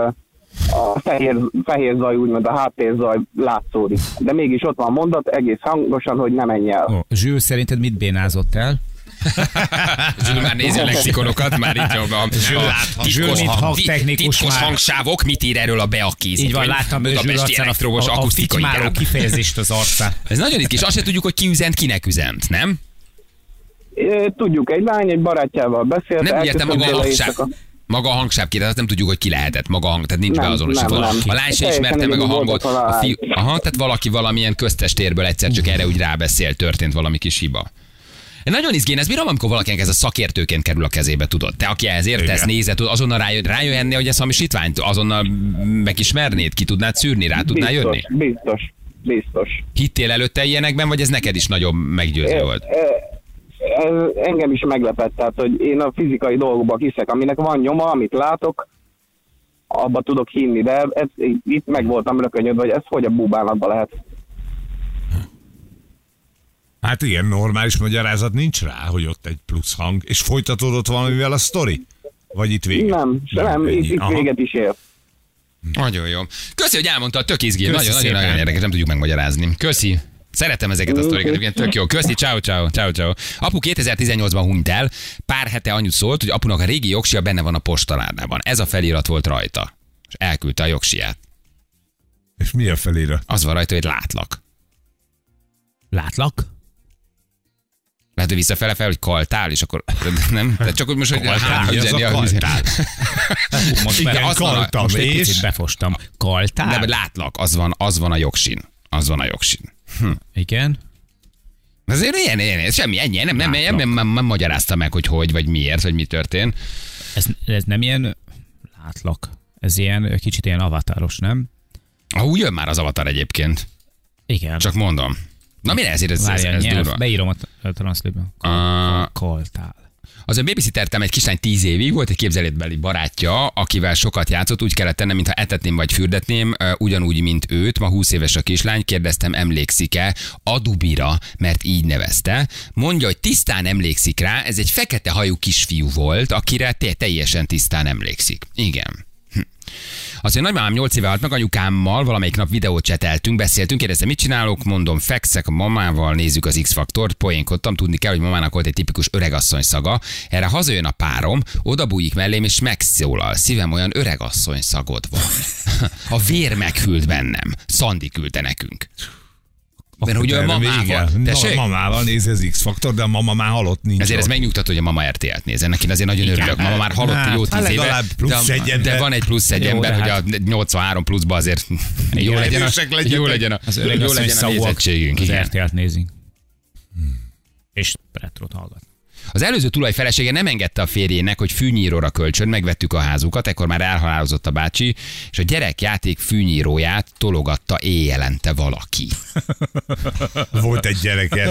a fehér zaj, úgymond a háttérzaj látszódik. De mégis ott van a mondat egész hangosan, hogy ne menj el. Zsül, szerinted mit bénázott el? Zsül már nézi a lexikonokat, már itt a Zsül, mint hangtechnikus titkos már. hangsávok, mit ír erről a Beakéz? Így van, láttam Budapesti elektromos a akusztikai fitymáló terem. kifejezést az arcán. Ez nagyon ritkés, azt se tudjuk, hogy ki üzent, kinek üzent, nem? Tudjuk, egy lány egy barátjával beszélt. Nem úgy értem, elköszönt maga a tőle hangsáv. éjszaka. Maga a hangsáv kérdez, nem tudjuk, hogy ki lehetett. Maga a hang, tehát nincs Nem, beazonosítva. nem. A lány se Teljesen ismerte meg a egyedül hangot. voltak a lány. Aha, tehát valaki valamilyen köztestérből egyszer csak erre úgy rábeszélt, történt valami kis hiba. Nagyon izgén, ez bírom, amikor valakinek ez a szakértőként kerül a kezébe, tudod? Te, aki ehhez értesz, Igen. nézed, azonnal rájöhetné, hogy ez hamisítványt, azonnal megismernéd, ki tudnád szűrni, rá tudnál jönni? Biztos. Hittél előtte ilyenekben, vagy ez neked is nagyon meggyőző volt? Ez engem is meglepett, tehát, hogy én a fizikai dolgokban hiszek, aminek van nyoma, amit látok, abba tudok hinni, de itt meg voltam rökönyödve, hogy ez hogy a búbánatban lehet. Hát igen, normális magyarázat nincs rá, hogy ott egy plusz hang. És folytatódott valamivel a sztori? Vagy itt vége? Nem, ennyi. itt Aha. véget is ér. Nagyon jó. Köszi, hogy elmondtad, tök izgi. Köszi Nagyon szépen. érdekes, nem tudjuk megmagyarázni. Köszi. Szeretem ezeket a sztorikat, igen, tök jó. Köszi, ciao. Apu 2018-ban hunyt el, pár hete annyit szólt, hogy apunak a régi jogsia benne van a postaládában. Ez a felirat volt rajta. És elküldte a jogsiját. És mi a felirat? Az van rajta, hogy látlak. Látlak? Lehet, hogy visszafele fel, hogy kaltál, és akkor nem? Tehát csak úgy most, hogy Kaltál, mi az a kaltál? Most Igen, már kaltam, most egy és? picit befostam. Kaltál? de látlak, az van a jogsin. Az van a jogsin. Igen. Azért ilyen, semmi, ennyi, nem magyarázta meg, hogy vagy miért, vagy mi történt. Ez nem ilyen látlak. Ez ilyen, kicsit ilyen avatáros, nem? Úgy jön már az avatar egyébként. Igen. Csak mondom. Na mire ezért ez durva? Beírom a transzlépben. Kaltál. Az a babysittertem egy kislány 10 évig, volt egy képzeletbeli barátja, akivel sokat játszott, úgy kellett tennem, mintha etetném vagy fürdetném, ugyanúgy, mint őt. Ma 20 éves a kislány, kérdeztem, emlékszik-e a Dubira, mert így nevezte. Mondja, hogy tisztán emlékszik rá, ez egy fekete hajú kisfiú volt, akire teljesen tisztán emlékszik. Igen. Azt mondja, nagymamám 8 éve halt meg, anyukámmal valamelyik nap videót cseteltünk, beszéltünk, kérdeztem, mit csinálok, mondom, fekszek a mamával, nézzük az X-faktort, poénkodtam, tudni kell, hogy mamának volt egy tipikus öregasszony szaga. Erre hazajön a párom, odabújik mellém, és megszólal, szívem, olyan öregasszony szagod van. A vér meghűlt bennem. Szandi küldte nekünk. Mert hogy a mamával. Mamával nézi az X-faktor, de a mama már halott, nincs. Ezért ez ott. megnyugtató, hogy a mama RTL-t néz. Ennek én azért nagyon örülök. Mama már halott jó 10 éve. Legalább plusz egy ember. De van egy plusz egy Jó, ember, de hogy a hát- 83 pluszba azért jó legyen Az öreg jó asszony legyen a szavúak nézettségünk. az igen. RTL-t nézik. És retrót hallgat. Az előző tulajfelesége nem engedte a férjének, hogy fűnyíróra kölcsön, megvettük a házukat, ekkor már elhalálozott a bácsi, és a gyerekjáték fűnyíróját tologatta éjjelente valaki. Volt egy gyerek.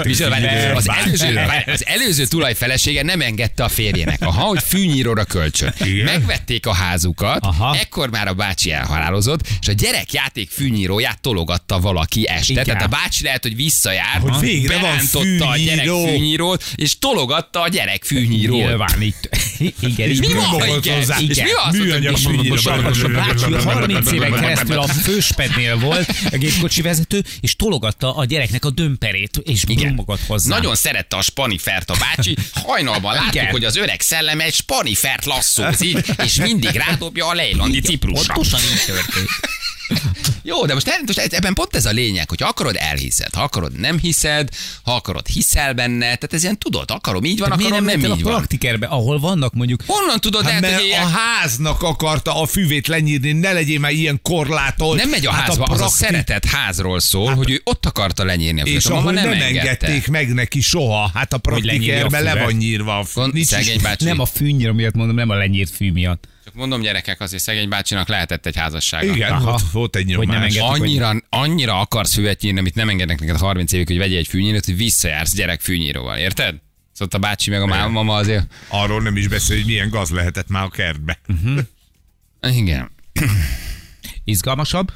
Az előző tulajfelesége nem engedte a férjének, hogy fűnyíróra kölcsön. Megvették a házukat, ekkor már a bácsi elhalálozott, és a gyerekjáték fűnyíróját tologatta valaki este. Igen. Tehát a bácsi lehet, hogy visszajár, Hogy végre van berántotta a gyerek fűnyíró. fűnyírót, és tologatta a gyerek fűnyírót. Nyilván itt. Igen, És mi igen. van, volt igen? hozzá? És mi van az, Műanyag hogy fűnyíró. És a bácsi 30 éven keresztül a főspednél volt, a gépkocsi vezető, és tologatta a gyereknek a dömperét, és brumogat hozzá. Nagyon szerette a spanifert a bácsi. Hajnalban láttuk, Igen. hogy az öreg szellem egy spanifert lasszózik, és mindig rádobja a lejlandi ciprusra. Pontosan így történt. Jó, de most ebben pont ez a lényeg, hogy ha akarod, elhiszed, ha akarod, nem hiszed, ha akarod, hiszel benne, tehát ez ilyen tudod, akarom, így van, Miért akarom, nem mentél így a van. praktikerbe, ahol vannak mondjuk Honnan tudod, Hát lehet, mert hogy a ilyen... háznak akarta a füvét lenyírni, ne legyél már ilyen korlátolt. Nem megy a Hát házba, az a praktik- szeretett házról szól, hogy ő ott akarta lenyírni a füvet. És A mama ahol nem engedte. engedték meg neki soha. Hát a lenyírja a praktikerben le füvet. van nyírva a fű. Gond- Nincs is- Szegény bácsi. nem a fűnyír miatt mondom, nem a lenyírt fű miatt. Csak mondom, gyerekek, azért szegény bácsinak lehetett egy házassága. Igen, Aha. volt egy Hogy nem nyomás. enged- Annyira akarsz füvet nyírni, amit nem engednek neked 30 évig, hogy vegyél egy fűnyírót, hogy visszajársz gyerek fűnyíróval, érted? Szóval a bácsi meg a mama azért... Arról nem is beszél, hogy milyen gaz lehetett már a kertbe. Igen. Izgalmasabb?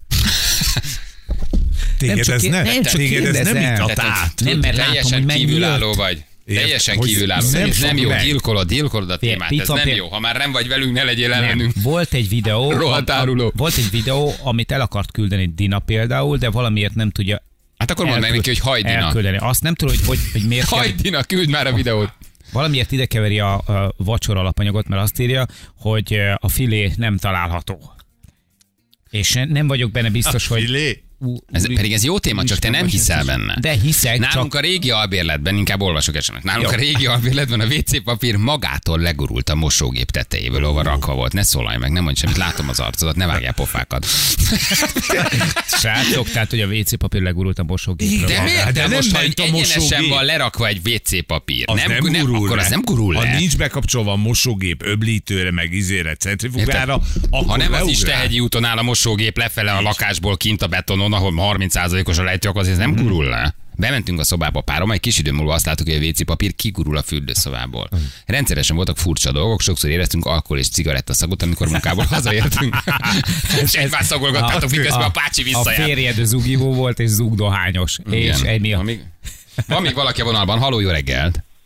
Téged ez nem? nem csak Téged ez nem kérdezem. itt át. Nem, mert látom, Teljesen hogy mennyi kívülálló jött. vagy. Teljesen hogy kívülálló. nem Ez nem fog jó, meg. gyilkolod a témát. Ez pizza nem pér- jó. Ha már nem vagy velünk, ne legyél Nem. ellenünk. Volt egy videó, Rohadt áruló. volt egy videó, amit el akart küldeni Dina például, de valamiért nem tudja Hát akkor mondd meg neki, hogy hajdina. elküldeni. Azt nem tudom, hogy miért kell, Hajdina, küld már a videót. valamiért ide keveri a vacsora alapanyagot, mert azt írja, hogy a filé nem található. És nem vagyok benne biztos, hogy... Filé? Pedig ez jó téma, csak te nem hiszel benne. De hiszek, Nálunk csak... a régi albérletben, inkább olvasok esemet. Nálunk a régi albérletben a WC papír magától legurult a mosógép tetejéből, ahol rakva volt. Ne szólalj meg, nem mondj semmit, látom az arcodat, ne vágjál pofákat. Srácok, tehát, hogy a WC papír legurult a mosógépről. De miért? de De nem most, hogy ment a egyenesen mosógép. van lerakva egy WC papír. Az nem gurul akkor le. az nem gurul Ha le. nincs bekapcsolva a mosógép öblítőre, meg izére, centrifugára, akkor Ha nem az leugrál. Istehegyi úton áll a mosógép lefele a lakásból kint a betonon, ahol 30%-os a lejtő, akkor az ez nem gurul le. Bementünk a szobába párommal, egy kis idő múlva azt láttuk, hogy a WC papír kigurul a fürdőszobából. Rendszeresen voltak furcsa dolgok, sokszor éreztünk alkohol és cigarettaszagot, amikor munkából hazaértünk. És egymást szagolgattátok, miközben a pácsi A visszajár. férjed zugivó volt, és zugdohányos. És Igen. ennyi. Van még valaki a vonalban. Halló, jó reggelt!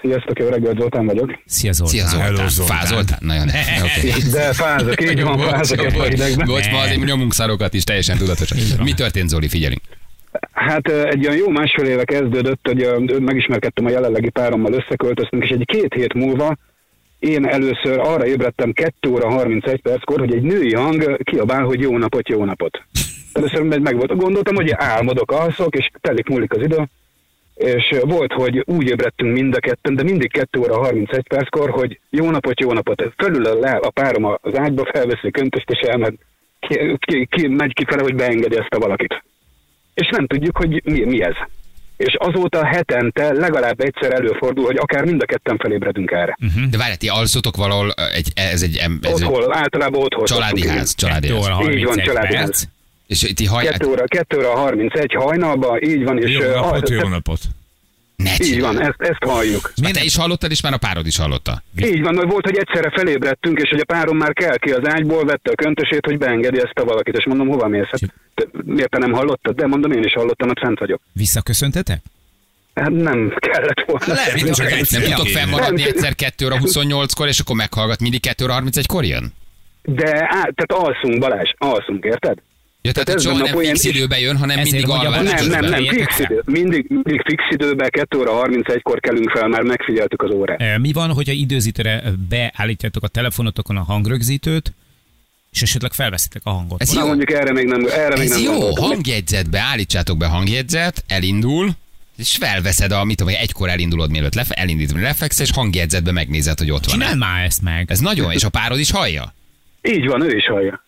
Sziasztok, jó reggelt, Zoltán vagyok. Szia Zoltán. Szia Zoltán. Hello, Zoltán. Fázoltál? Nagyon. Okay. De fázok, így van, fázok ebben a hidegben. Bocs, ma azért nyomunk szarokat is, teljesen tudatosan. Mi történt, Zoli, figyelünk? Hát egy olyan jó másfél éve kezdődött, hogy megismerkedtem a jelenlegi párommal, összeköltöztünk, és egy 2 hét múlva én először arra ébredtem 2 óra 31 perckor, hogy egy női hang kiabál, hogy jó napot, jó napot. Először meg volt, gondoltam, hogy álmodok, alszok, és telik múlik az idő, és volt, hogy úgy ébredtünk mind a ketten, de mindig 2 óra 31 perckor, hogy jó napot, jó napot. Fölül le a párom az ágyba, felveszi a köntöst, és elmegy, megy kifele, hogy beengedi ezt a valakit. És nem tudjuk, hogy mi ez. És azóta hetente legalább egyszer előfordul, hogy akár mind a ketten felébredünk erre. De várjál, ti alszotok valahol, ez egy Általában otthon. családi ház. Így van, családi ház. És ti 2 óra 31 hajnalban, így van. És Jó napot. Így van, ezt halljuk. Már te is hallottad, és már a párod is hallotta. Így van, volt, hogy egyszerre felébredtünk, és hogy a párom már kell ki az ágyból, vette a köntösét, hogy beengedi ezt a valakit, és mondom, hova mész? Hát, miért te nem hallottad? De mondom, én is hallottam, hogy fent vagyok. Visszaköszöntetek? Hát nem kellett volna. Nem tudtok fennmaradni egyszer 2 óra 28-kor, és akkor meghallgat, mindig 2 óra 31-kor jön? Tehát alszunk, Balázs, alszunk, érted? Ja, tehát soha nem fix időben jön, hanem mindig alvás. Nem, fix idő. Mindig fix időben 2 óra 31-kor kelünk fel, már megfigyeltük az órát. Mi van, hogyha időzítőre beállítjátok a telefonotokon a hangrögzítőt, és esetleg felveszitek a hangot? Ez jó. Mondjuk erre még nem. Ez jó, hangjegyzetbe állítsátok be hangjegyzet, elindul, és felveszed mit tudom, 1-kor elindulod, mielőtt lefeksz, és hangjegyzetbe megnézed, hogy ott van. Csinálj már ezt meg. Ez nagyon, és a párod is hallja? Így van, ő is hallja.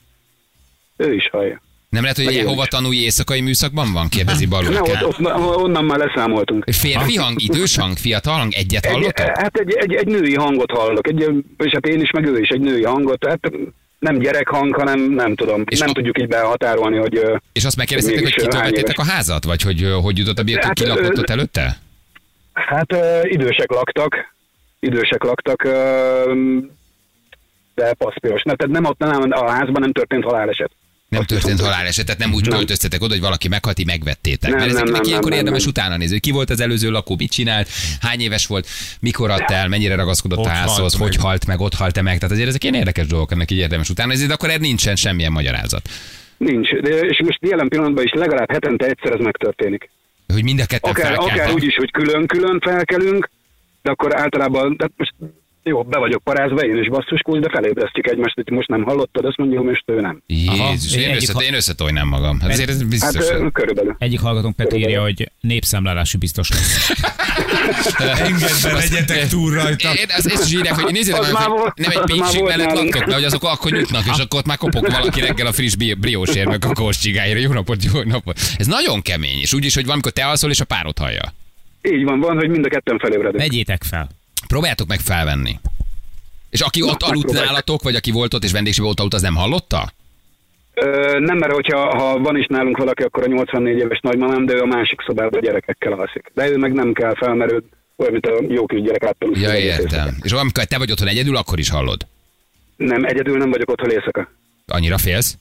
Nem lehet, hogy Jehova tanúi éjszakai műszakban van? Kérdezi Balul. Onnan már leszámoltunk. Férfi hang, idős hang, fiatal hang, egyet hallottak? Hát egy női hangot hallok, és hát én is, meg ő is egy női hangot, hát nem gyerekhang, hanem nem tudom, és nem tudjuk így behatárolni, hogy... És azt megkérdeztétek, hogy kitől vettétek a házat? Vagy hogy jutott a birtok, ki lakott ott előtte? Hát idősek laktak, de paszpiros. Tehát nem ott, a házban nem történt haláleset. Nem történt haláleset, tehát nem úgy költöztetek oda, hogy valaki meghalt, így megvettétek. Mert ezeknek ilyenkor érdemes utána nézni, hogy ki volt az előző lakó, mit csinált, hány éves volt, mikor adt el, mennyire ragaszkodott a házhoz, hogy halt meg, ott halt-e meg. Tehát azért ezek ilyen érdekes dolgok, ennek így érdemes utána nézni, de akkor erre nincsen semmilyen magyarázat. Nincs, és most jelen pillanatban is legalább hetente egyszer ez megtörténik. Hogy mind a ketten akár úgy is, hogy külön-külön felkelünk, de akkor általában, de most jó, be vagyok parázva, én is basszuskulcs, de felébresztjük egymást, hogy most nem hallottad, azt mondja, most ő nem. Jézus, én összetolnám magam. Ezért ez biztos. Hát körülbelül. Egyik hallgatónk Peti írja, hogy népszámlálási biztos lesz. Engedve legyetek túl rajta. Ezt is írják, hogy nézzétek meg, hogy nem egy pékség mellett laktok, mert hogy azok akkor nyugnak, és akkor ott már kopog valaki reggel a friss briósért, meg a kóscsigáira. Jó napot, jó napot. Ez nagyon kemény, és úgyis, hogy valamikor te alszol, és a párod hallja. Így van, hogy mind a ketten felébredünk. Vegyétek fel. Próbáljátok meg felvenni. És aki ott aludt nálatok, vagy aki volt ott és vendégségben ott aludt, az nem hallotta? Nem, mert ha van is nálunk valaki, akkor a 84 éves nagymamám, de ő a másik szobában a gyerekekkel alszik. De ő meg nem kell fel, mert ő olyan, mint a jó kis gyerek áttalul. Ja, értem. És amikor te vagy otthon egyedül, akkor is hallod? Nem, egyedül nem vagyok otthon éjszaka. Annyira félsz?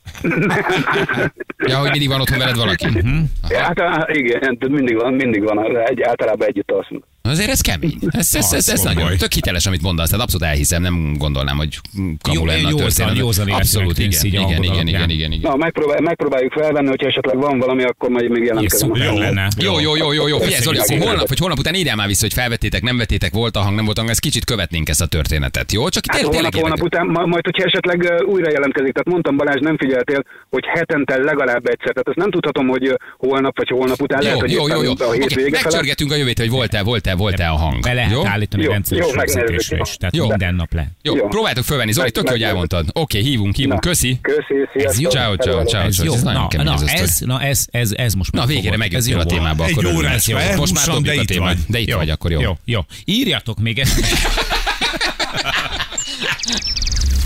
Ja, hogy mindig van otthon veled valaki? Hát igen, mindig van, általában együtt alszunk. Azért ez kemény. Ez nagyon tök hiteles, amit mondasz. Tehát abszolút elhiszem, nem gondolnám, hogy kamu lenne a történet. Abszolút, igen. Na, megpróbáljuk felvenni, hogyha esetleg van valami, akkor majd még jelentkezem. Jó. Figyelj, Zoli, akkor holnap után írjál már vissza, hogy felvettétek, nem vettétek, volt a hang, nem volt a hang, ezt kicsit követnénk ezt a történetet, jó? Csak hát holnap után, majd hogyha esetleg újra jelentkezik, tehát mondtam, Balázs, nem figyeltél, hogy hetente legalább egyszer, tehát ezt nem tudhatom, hogy holnap vagy holnap után lehet, hogy a hétvége felett. Megcsörgetünk a jövőt, hogy voltál a hang. Be lehet állítani rendszeres rögzítésre is, tehát minden nap le. Jó, próbáltok fölvenni, Zoli, tök jó, hogy elmondtad. Oké, hívunk, köszi. Sziasztok. Ciao. Ez nagyon kemény ez most már. Na végére megjöttél a témába, akkor most már dobjuk a témát. De itt vagy, akkor jó. Írjatok még ezt.